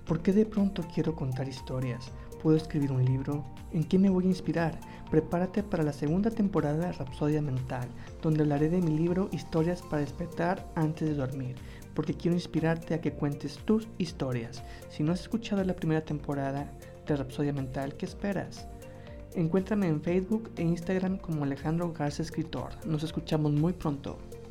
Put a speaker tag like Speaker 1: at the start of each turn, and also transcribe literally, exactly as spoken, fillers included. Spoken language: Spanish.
Speaker 1: ¿Por qué de pronto quiero contar historias? ¿Puedo escribir un libro? ¿En qué me voy a inspirar? Prepárate para la segunda temporada de Rapsodia Mental, donde hablaré de mi libro Historias para despertar antes de dormir, porque quiero inspirarte a que cuentes tus historias. Si no has escuchado la primera temporada de Rapsodia Mental, ¿qué esperas? Encuéntrame en Facebook e Instagram como Alejandro Garza Escritor. Nos escuchamos muy pronto.